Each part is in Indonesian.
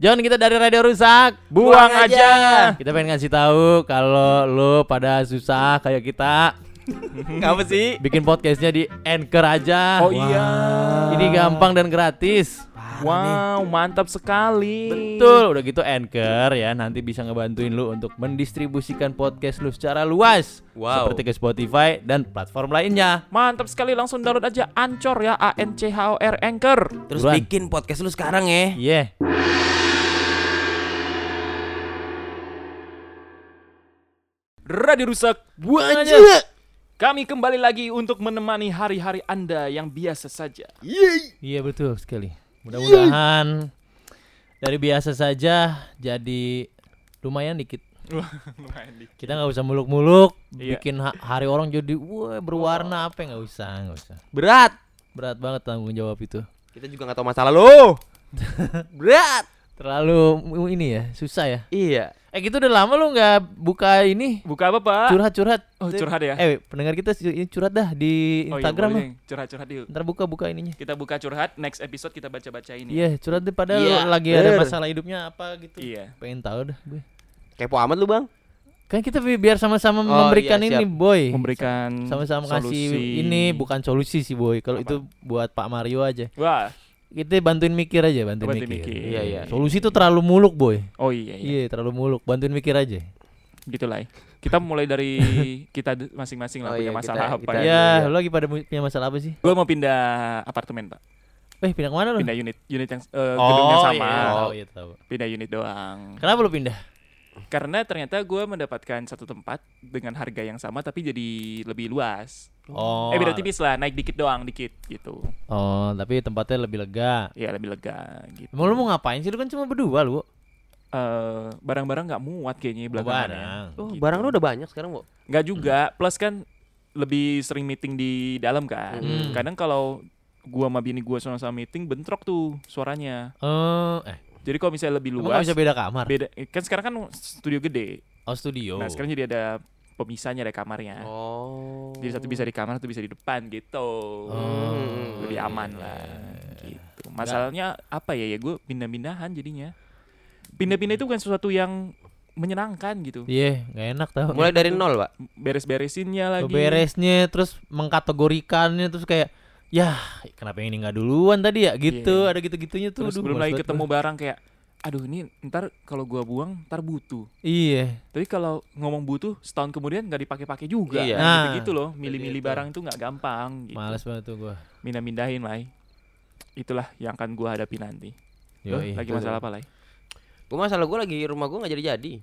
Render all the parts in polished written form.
Jangan kita dari radio rusak, Buang aja. Kita pengen ngasih tahu kalau lo pada susah kayak kita. Ngapa sih? Bikin podcastnya di Anchor aja. Oh iya. Ini gampang dan gratis. Wow, mantap sekali. Betul, udah gitu Anchor ya nanti bisa ngebantuin lu untuk mendistribusikan podcast lu secara luas. Wow. Seperti ke Spotify dan platform lainnya. Mantap sekali, langsung download aja Anchor ya, ANCHOR Anchor. Terus Buruan. bikin podcast lu sekarang ya. Iya. Radio Rusak, buang aja. Kami kembali lagi untuk menemani hari-hari Anda yang biasa saja. Iya betul sekali. Mudah-mudahan dari biasa saja jadi lumayan dikit. Lumayan dikit. Kita nggak usah muluk-muluk, Iya. bikin hari orang jadi wah berwarna apa nggak usah. Berat. Berat banget tanggung jawab itu. Kita juga nggak tahu masalah lu. Berat. Terlalu ini ya, susah ya. Iya. Gitu udah lama lu nggak buka ini Buka apa, Pak? curhat-curhat. Oh, curhat ya? Pendengar kita ini curhat dah di Instagram oh, lah. iya, curhat-curhat yuk. Ntar buka ininya. Kita buka curhat, next episode kita baca-baca ini. Iya, curhat deh padahal Iya, lagi ada bener. masalah hidupnya apa gitu. Iya. Pengen tahu dah gue. Kepo amat lu, Bang. Kan kita biar sama-sama Oh, memberikan iya, ini, siap. Boy. Memberikan Sama-sama kasih solusi. ini bukan solusi sih, Boy. Kalau Apa? itu buat Pak Mario aja. Wah, Kita bantuin mikir aja, bantuin Bantuin mikir. mikir. Iya, iya. Solusi itu terlalu muluk, Boy. oh iya. Iya, terlalu muluk. Bantuin mikir aja. Gitu lah. Kita mulai dari kita masing-masing lah Oh punya iya, masalah kita- apa. kita- Ya, iya. lu lagi pada punya masalah apa sih? Gue mau pindah apartemen, Pak. Pindah kemana lu? Pindah unit yang gedung yang sama. Iya, tahu, iya, tahu. Pindah unit doang. Kenapa lu pindah? Karena ternyata gue mendapatkan satu tempat dengan harga yang sama tapi jadi lebih luas. Oh. Beda tipis lah, naik dikit doang, dikit gitu. Oh, tapi tempatnya lebih lega. Ya lebih lega gitu. Emang lu mau ngapain sih? Lu kan cuma berdua lu. Barang-barang nggak muat kayaknya Barang. belakangannya. Oh, Gitu. barang lu udah banyak sekarang, Bu. Nggak juga, plus kan lebih sering meeting di dalam kan. Hmm. Kadang kalau gua sama bini gua sama-sama meeting bentrok tuh suaranya. Jadi kalau misalnya lebih Emang nggak luas, bisa beda kamar? beda kan sekarang kan studio gede. Oh, studio. Nah, sekarang jadi ada pemisahnya, ada kamarnya. Oh. Jadi satu bisa di kamar, satu bisa di depan gitu. Oh, Lebih iya, aman iya, lah iya. gitu. Masalahnya apa ya gue pindah-pindahan jadinya. Pindah-pindah itu bukan sesuatu yang menyenangkan gitu. Iya, nggak enak tau. Mulai dari nol, Pak. Beres-beresinnya lagi. Beresnya, terus mengkategorikannya, terus kayak, ya kenapa yang ini nggak duluan tadi ya? Gitu, Iya. ada gitu-gitunya tuh. Terus Aduh, belum males lagi banget ketemu gua. barang kayak aduh ini ntar kalau gua buang ntar butuh. Iya. Tapi kalau ngomong butuh setahun kemudian nggak dipakai-pakai juga. Iya. Nah, Gitu loh, milih-milih gitu. barang itu nggak gampang gitu. Males banget tuh gua. Mindah-mindahin lah. Itulah yang akan gua hadapi nanti. Lo Yoi. lagi betul. masalah apa lah? Gua masalah gua lagi rumah gua nggak jadi-jadi.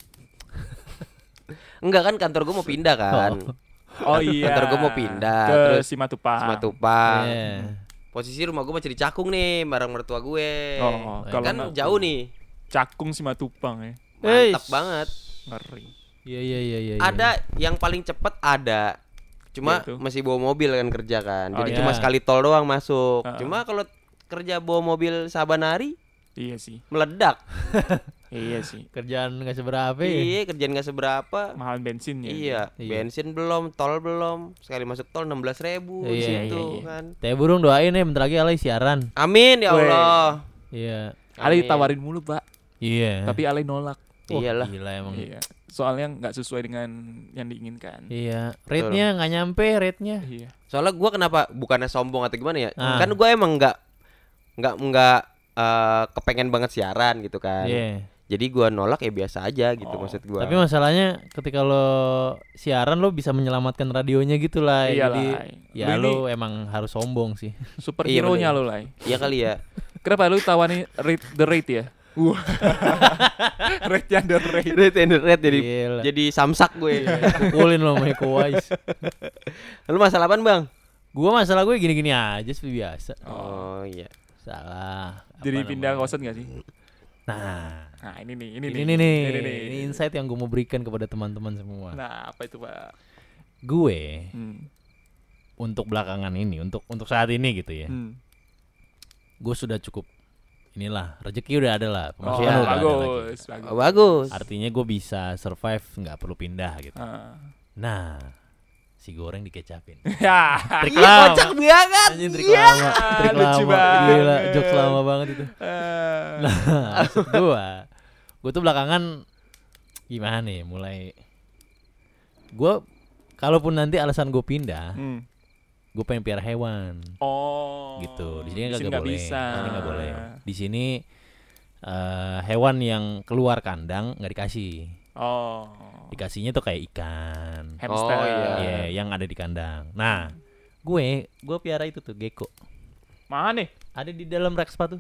Enggak kan kantor gua mau pindah kan. Oh iya. Kantor gua mau pindah ke terus Simatupang. Simatupang. Iya. Posisi rumah gua masih di Cakung nih, bareng mertua gue. Oh, kalau kan nggak- jauh nih. Cakung Simatupang ya. Mantap Eish. banget. Ngeri. Iya. Ada yang paling cepet ada. Cuma Yaitu? masih bawa mobil kan kerja kan. Oh, Jadi iya. cuma sekali tol doang masuk. Heeh. Cuma kalau kerja bawa mobil Sabanari Iya sih. meledak. Iya sih. Kerjaan nggak seberapa ya? Iya, kerjaan gak seberapa. Mahal bensinnya. Iya, Iya. bensin belum, tol belum. Sekali masuk tol 16.000 di Iya, situ iya. kan. Teh burung doain ya, bentar lagi Alay siaran. Amin ya Weh. Allah. Iya. Ali Amin. tawarin mulu, Pak. Iya. Tapi Ali nolak. Wah, Iyalah. gila emang. Iya. Soalnya nggak sesuai dengan yang diinginkan. Iya. Rate-nya nggak nyampe rate-nya. Iya. Soalnya gua kenapa bukannya sombong atau gimana ya? Ah. Kan gua emang nggak kepengen banget siaran gitu kan. Iya. Jadi gua nolak ya biasa aja gitu Oh. maksud gua. Tapi masalahnya ketika lo siaran lo bisa menyelamatkan radionya gitu lah. Iyalah. Jadi ya Lu lo emang harus sombong sih. superhero-nya bener. lo, Lai. Iya kali ya. Kenapa lu tawani the rate ya? Rate-nya the rate. Red jadi Gila. jadi samsak gue. Pukulin lo sama Eko Wise. Lalu masalah apaan, Bang? Gua masalah gue gini-gini aja seperti biasa. Oh iya. Salah. Jadi Apa pindah namanya? kosan gak sih? Nah, Nah, ini nih. ini nih. Ini insight yang gue mau berikan kepada teman-teman semua. Nah, apa itu, Pak? Gue Hmm. untuk belakangan ini, untuk saat ini gitu ya. Hmm. Gue sudah cukup inilah, rezeki udah ada lah, Oh, pemasukan udah ada lagi. bagus, bagus. Oh, bagus. Artinya gue bisa survive, nggak perlu pindah gitu. Ah. Nah, si goreng dikecapin. Ya. Trik Iya, lama. kocak banget. Anjing trik Iya. lama, trik Lucu lama. banget. Gila, jokes lama banget itu. Eh, Maksud gue tuh belakangan gimana nih, mulai gue kalaupun nanti alasan gue pindah, hmm. gue pengen piara hewan Oh. gitu. Di sini Di sini nggak boleh. bisa. Di sini nggak boleh. Di sini hewan yang keluar kandang nggak dikasih. Oh. Dikasihnya tuh kayak ikan. Hamster. Oh, iya. Iya, yang ada di kandang. Nah, gue piara itu tuh gecko. Mana nih? Ada di dalam rak sepatu.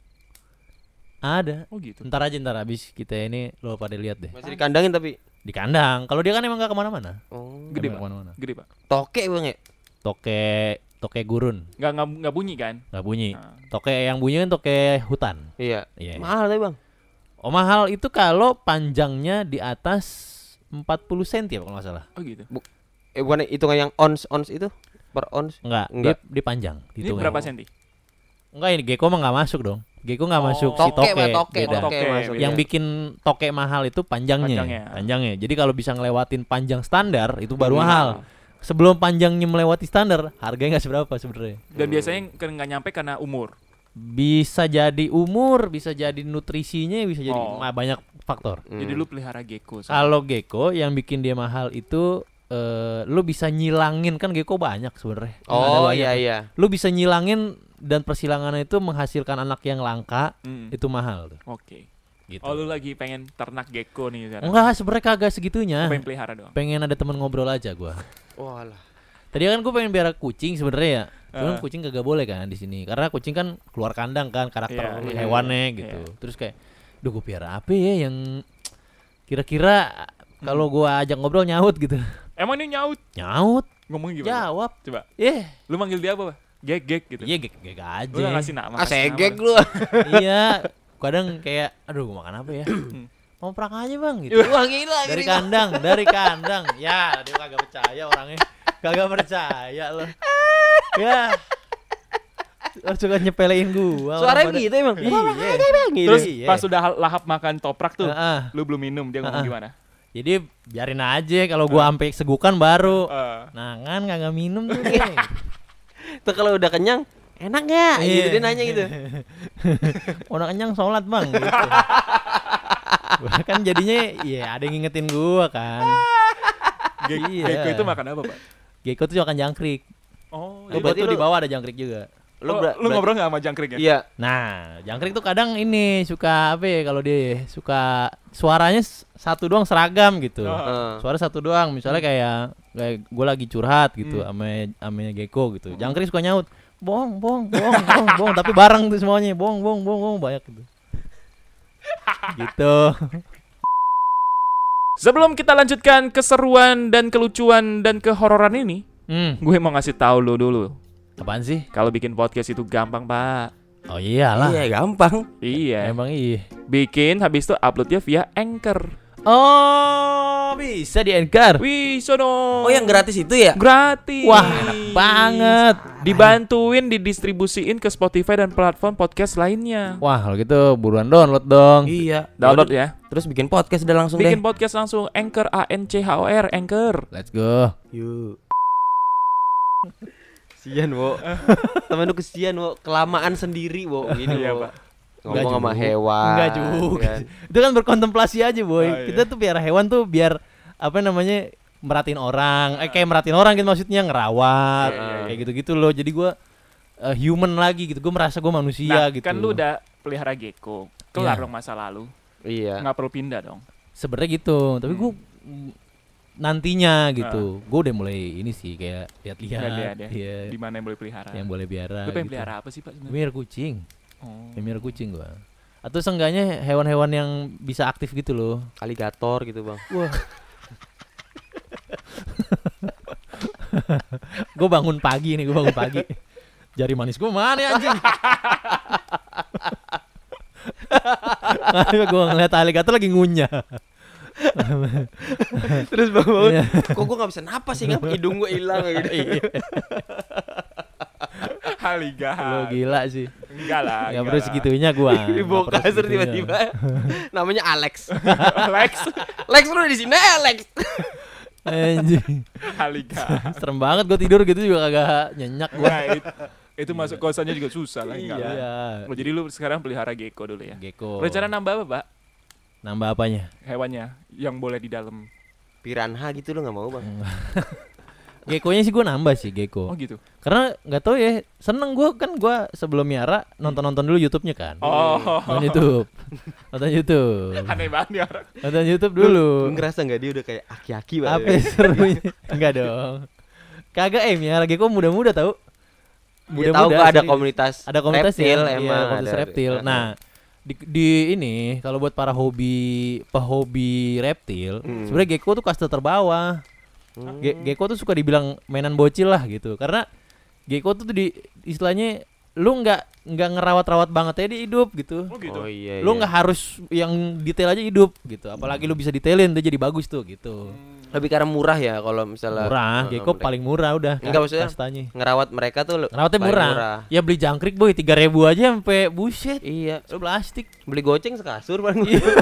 Ada. Oh gitu. Ntar abis kita ini lo pada lihat deh. Masih dikandangin tapi. Di kandang. Kalau dia kan emang nggak kemana-mana. Oh. Gede, Emang Pak. kemana-mana. Gede, Pak. Toke bang ya. Toke gurun, Nggak bunyi kan? nggak bunyi. Nah. Toke yang bunyi kan toke hutan. Iya. Iya. Mahal tapi bang. Oh mahal itu kalau panjangnya di atas 40 cm ya kalau nggak salah. Oh gitu. Bukan hitungan yang ons itu per ons. Enggak, Enggak. Dia panjang. Ini hitungnya. berapa senti? Enggak, ini gecko mah nggak masuk dong. Gecko nggak Oh. masuk si Toke, toke. Mbak, toke, Beda. toke masuk. Yang Iya. bikin toke mahal itu panjangnya. Panjangnya. Jadi kalau bisa ngelewatin panjang standar itu baru Hmm. mahal. Sebelum panjangnya melewati standar, harganya nggak seberapa sebenarnya. Dan biasanya nggak nyampe karena umur. Bisa jadi umur, bisa jadi nutrisinya, bisa jadi Oh. banyak faktor. Jadi lu pelihara gecko. Kalau gecko yang bikin dia mahal itu lu bisa nyilangin, kan gecko banyak sebenarnya. Ada Oh banyak. iya iya. Lu bisa nyilangin dan persilangannya itu menghasilkan anak yang langka, Hmm. itu mahal tuh. Oke. Gitu. Oh lu lagi pengen ternak gecko nih sekarang? Enggak, sebenarnya kagak segitunya. Pengen pelihara doang. Pengen ada teman ngobrol aja gua. Walah. Tadi kan gue pengen piara kucing sebenarnya ya. Cuman Ah. kucing kagak boleh kan di sini. Karena kucing kan keluar kandang kan, karakter Iya, iya, hewannya iya. gitu. Terus kayak, duh gue piara apa ya yang kira-kira kalau gua ajak ngobrol nyaut gitu. Emang ini nyaut? Nyaut, Ngomong gimana? jawab. Coba. Lu Lu manggil dia apa, Pak? Gek gitu. iya gek aja. Lu nggak ngasih nama. Ah kasih segek nama. lu. Iya, kadang kayak aduh gua makan apa ya? Mau perang aja bang gitu. Wah gila Dari gila. kandang. Ya, dia kagak percaya orangnya. Kagak percaya loh. Ya. Lo suka nyepelein gua. Suaranya orang pada- gitu emang. Iya. Gitu. Terus Iya. pas sudah lahap makan toprak tuh, Heeh. lu belum minum, dia ngomong gimana? Jadi biarin aja kalau gua sampai segukan baru. Eh, Nah kan kagak minum tuh dia. Tuh kalau udah kenyang, enak nggak? Gitu Iya. dia nanya gitu. Udah kenyang sholat bang gitu. Gua kan jadinya iya ada yang ngingetin gua kan. Iya. Gecko itu makan apa, Pak? Gecko tuh makan jangkrik. Oh, Oh, Itu berarti di lu- bawah ada jangkrik juga. lu ngobrol nggak sama jangkrik ya? Iya. Nah, jangkrik tuh kadang ini suka apa ya kalau dia suka suaranya satu doang seragam gitu. Oh. Suara satu doang, misalnya kayak gue lagi curhat gitu sama gecko gitu. Jangkrik suka nyaut, bong, tapi bareng tuh semuanya, bong, banyak gitu. Gitu. Sebelum kita lanjutkan keseruan dan kelucuan dan kehororan ini, gue mau ngasih tahu lu dulu. Apaan sih? Kalau bikin podcast itu gampang, Pak. Oh iyalah. Iya gampang. Iya. Emang iya. Bikin habis itu uploadnya via Anchor. Oh, bisa di Anchor. Wih, sono. Oh yang gratis itu ya? Gratis. Wah, enak banget. Dibantuin didistribusiin ke Spotify dan platform podcast lainnya. Wah, kalau gitu buruan download dong. Iya. Download ya. Terus bikin podcast udah langsung Bikin deh. podcast langsung Anchor ANCHOR Anchor. Let's go. Yuk. Kesian, Wo. Temen lu kesian, Wo. Kelamaan sendiri, Wo. Gini, Iya, Wo. Pak. Ngomong sama juga. hewan. Enggak juga. kan. Itu kan berkontemplasi aja, boy. Oh, iya. Kita tuh piara hewan tuh biar apa namanya? Merhatiin orang. Kayak merhatiin orang gitu maksudnya ngerawat. Iya, iya, Kayak gitu-gitu loh. Jadi gua human lagi gitu. Gua merasa gua manusia Nah, gitu. kan lu udah pelihara gecko. Kelar Iya. dong masa lalu. Iya. Nggak perlu pindah dong. Sebenarnya gitu. Tapi gua nantinya gitu. Gua udah mulai ini sih kayak lihat-lihat. Lihat-lihat ya. Iya. Di mana yang boleh pelihara? Yang boleh biara. Lu pengen gitu. pelihara apa sih, Pak? sebenarnya? Pelihara kucing. Oh. Pelihara kucing gua. Atau seenggaknya hewan-hewan yang bisa aktif gitu loh. Aligator gitu, Bang. Wah. Gue bangun pagi. Jari manis gue mana ya, anjing? Gue ngeliat aligator lagi ngunyah. Terus bangun. Iya. Kok gua enggak bisa napas sih, ngapa hidung gua hilang gitu. Lo gila sih. Enggak lah. Gak perlu segitunya gue. Dibawa kasur tiba-tiba. Namanya Alex. Lex. Lex lu di sini, Alex. Anjing. Alligator. Serem banget gue tidur gitu juga kagak nyenyak gue. Nah, itu masuk kosannya juga susah lah. enggak lah. Iya. Oh, jadi lu sekarang pelihara gecko dulu ya. Gecko. Rencana nambah apa, Pak? Nambah apanya? Hewannya yang boleh di dalam. Piranha gitu lu nggak mau bang? Geckonya sih gue nambah sih Oh gecko. gitu. Karena nggak tahu ya, seneng gue kan gue sebelum miara nonton dulu YouTube-nya kan. Oh. Nonton YouTube. Nonton YouTube. Aneh banget nih orang. Nonton YouTube Lu dulu. ngerasa nggak dia udah kayak aki-aki Apa banget? serunya? Enggak dong. Kagak miara gecko muda-muda tau. Dia tahu gak ada serius. komunitas Ada komunitas reptil ya, emang iya, komunitas ada. reptil. Nah, di ini kalau buat para pehobi reptil, sebenarnya gecko tuh kasta terbawah. Gecko tuh suka dibilang mainan bocil lah gitu. Karena gecko tuh istilahnya lu nggak ngerawat-rawat banget ya dia hidup gitu. Oh gitu. Oh iya. Lu iya. nggak harus yang detail aja hidup gitu. Apalagi lu bisa detailin dia jadi bagus tuh gitu. Lebih karena murah ya kalau misalnya. Murah, gecko paling murah udah. Enggak, maksudnya kastanya. ngerawat mereka tuh Ngerawatnya paling murah. Ya beli jangkrik boy 3.000 aja sampai buset. Iya. Lu plastik. Beli goceng sekasur paling.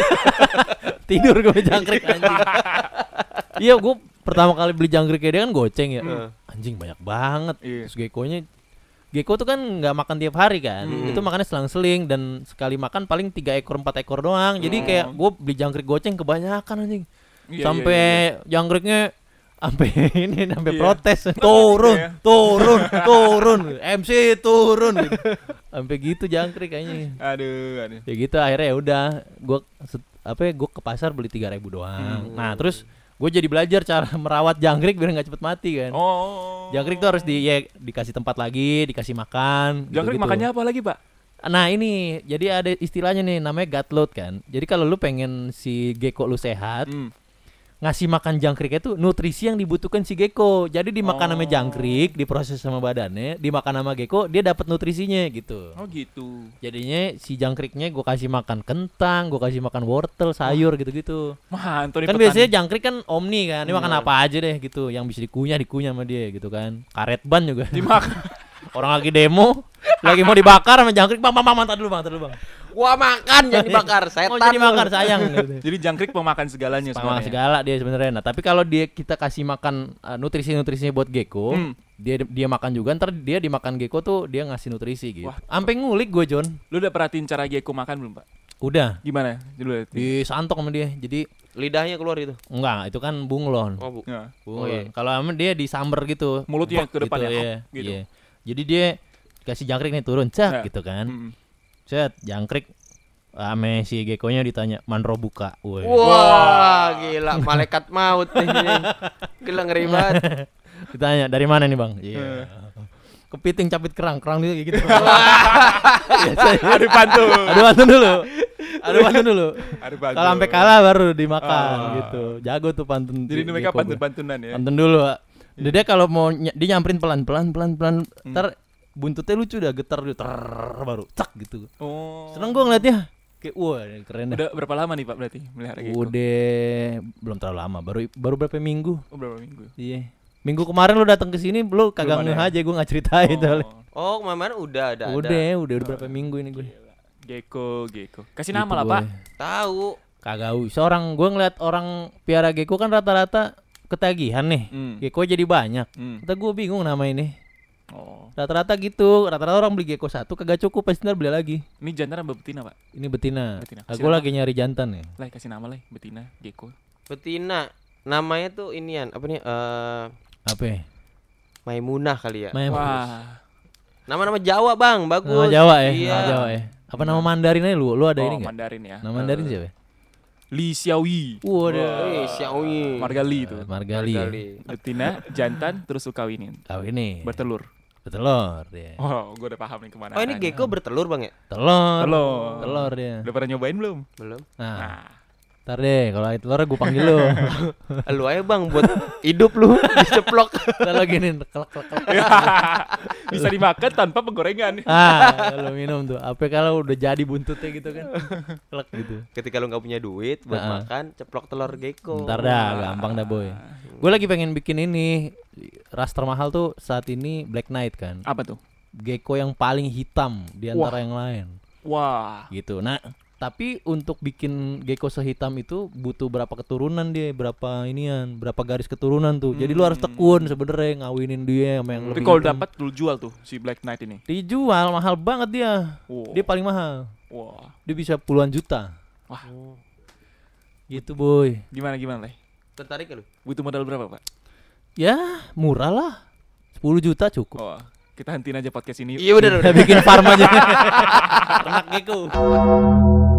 Tidur gue jangkrik anjing. Iya gue pertama kali beli jangkriknya dia kan goceng ya. Anjing banyak banget. Iya. Terus gecko tuh kan nggak makan tiap hari kan. Itu makannya selang-seling dan sekali makan paling 3 ekor 4 ekor doang. Jadi kayak gue beli jangkrik goceng kebanyakan anjing. Iya, Sampai iya. jangkriknya sampai ini sampai Iya. protes Iya. turun MC turun gitu. Sampai gitu jangkrik kayaknya. Aduh. Ya gitu akhirnya ya udah gue ke pasar beli 3.000 doang. Nah terus gue jadi belajar cara merawat jangkrik biar nggak cepet mati kan. Oh. Jangkrik tuh harus dikasih tempat lagi, dikasih makan. Jangkrik gitu-gitu. makannya apa lagi, Pak? Nah ini jadi ada istilahnya nih namanya gut load kan. Jadi kalau lu pengen si gecko lu sehat, ngasih makan jangkriknya tuh nutrisi yang dibutuhkan si gecko. Jadi dimakan sama jangkrik, diproses sama badannya, dimakan sama gecko, dia dapat nutrisinya gitu. Oh gitu. Jadinya si jangkriknya gue kasih makan kentang, gue kasih makan wortel, sayur gitu-gitu. Mantul nih Kan petani. biasanya jangkrik kan omni kan, dia makan apa aja deh gitu, yang bisa dikunyah sama dia gitu kan. Karet ban juga. dimakan. Orang lagi demo, lagi mau dibakar sama jangkrik, bang, mantar dulu bang. Gua makan yang dibakar setan. Mau jadi makan sayang. Gitu. Jadi jangkrik pemakan segalanya Pengalaman sebenarnya. segala dia sebenarnya. Nah, tapi kalau kita kasih makan nutrisi-nutrisinya buat gecko, dia makan juga. Ntar dia dimakan gecko tuh dia ngasih nutrisi gitu. Wah. Sampai ngulik gue John. Lu udah perhatiin cara gecko makan belum, Pak? Udah Gimana? Dulu. disantok sama dia. Jadi Lidahnya keluar itu. enggak, itu kan bunglon. Oh, bu. Ya. Bunglon. Oh, iya. Kalau sama dia disamber gitu. Mulutnya Bek ke depan gitu, ya, iya. gitu. Iya. Jadi dia kasih jangkrik nih turun, cak Ya. gitu kan. Mm. Set jangkrik ame si geckonya ditanya manro buka. Woi. Wah, gila malaikat maut nih. Gila ngeri banget. Ditanya dari mana nih, Bang? Iya. Kepiting capit kerang dia kayak gitu. Aduh pantun. Aduh pantun dulu. Aduh pantun. Kalau sampai kalah baru dimakan Oh. gitu. Jago tuh pantun. Jadi mereka gecko gua. pantun-pantunan ya. Pantun dulu, Pak. Dia kalau mau dia nyamperin pelan. Ntar buntutnya lucu dah getar dia baru cak gitu. Oh. Seneng gua ngeliatnya. Kayak wah keren dah. Udah berapa lama nih, Pak, berarti melihara gecko? Udah belum terlalu lama, baru berapa minggu. Oh, berapa minggu? Iya. Minggu kemarin lu datang ke sini lu kagak Belum ada ngeh ya? aja gua enggak ceritain soalnya. Oh, kemarin udah ada. Udah berapa minggu ini gue. Gecko. Kasih Gitu nama lah, gue. Pak. Tahu. Kagak usah gua ngeliat orang piara gecko kan rata-rata ketagihan nih. Gecko jadi banyak. Kata gua bingung nama ini. Oh. Rata-rata gitu, rata-rata orang beli gecko satu kagak cukup pasti ntar beli lagi. Ini jantan apa betina, Pak? Ini betina. Betina. Aku lagi nyari jantan ya. Lah, kasih nama lah, betina, gecko. Betina. Namanya tuh inian apa nih? Apa? Ya? Maimunah kali ya. Wah. Nama-nama Jawa, Bang. Bagus. Nama Jawa ya. Iya. Nama Jawa ya. Apa nama Mandarin aja lu? Lu ada ini enggak? Mandarin ya. Nama Mandarin siapa? Li Xiaoyi. Waduh. Xiaoyi. Margali itu. Margali. Ya. Betina, jantan, terus kawinin. Tahu ini. Bertelur. Bertelur dia. Oh, gue udah paham nih kemana. Oh, ini gecko bertelur, Bang ya? Telur dia. Udah pernah nyobain belum? Belum. Nah, Nah, ntar deh kalau itu telur gue panggil lu. Lu aja, Bang, buat hidup lu diceplok. Ntar lo gini kelak. bisa dimakan tanpa penggorengan. Lo minum tuh. Apa kalau udah jadi buntutnya gitu kan? Kelak gitu. Ketika lu nggak punya duit buat makan, ceplok telur gecko. Ntar dah, gampang dah boy. Gue lagi pengen bikin ini ras termahal tuh saat ini Black Knight kan. Apa tuh? Gecko yang paling hitam di antara yang lain. Wah. Gitu. Nah, Tapi untuk bikin gecko sehitam itu butuh berapa keturunan dia, berapa garis keturunan tuh. Jadi lu harus tekun sebenarnya ngawinin dia sama yang Tapi lebih kalau itu. dapat lu jual tuh si Black Knight ini. Dijual mahal banget dia. Wow. Dia paling mahal. Wah. Dia bisa puluhan juta. Wah. Gitu, boy. Gimana Le? Tertarik ya lu? Butuh modal berapa, Pak? Ya, murah lah. 10 juta cukup. Oh, kita hentiin aja podcast ini. Iya udah. Bikin farm aja. Ternak gecko.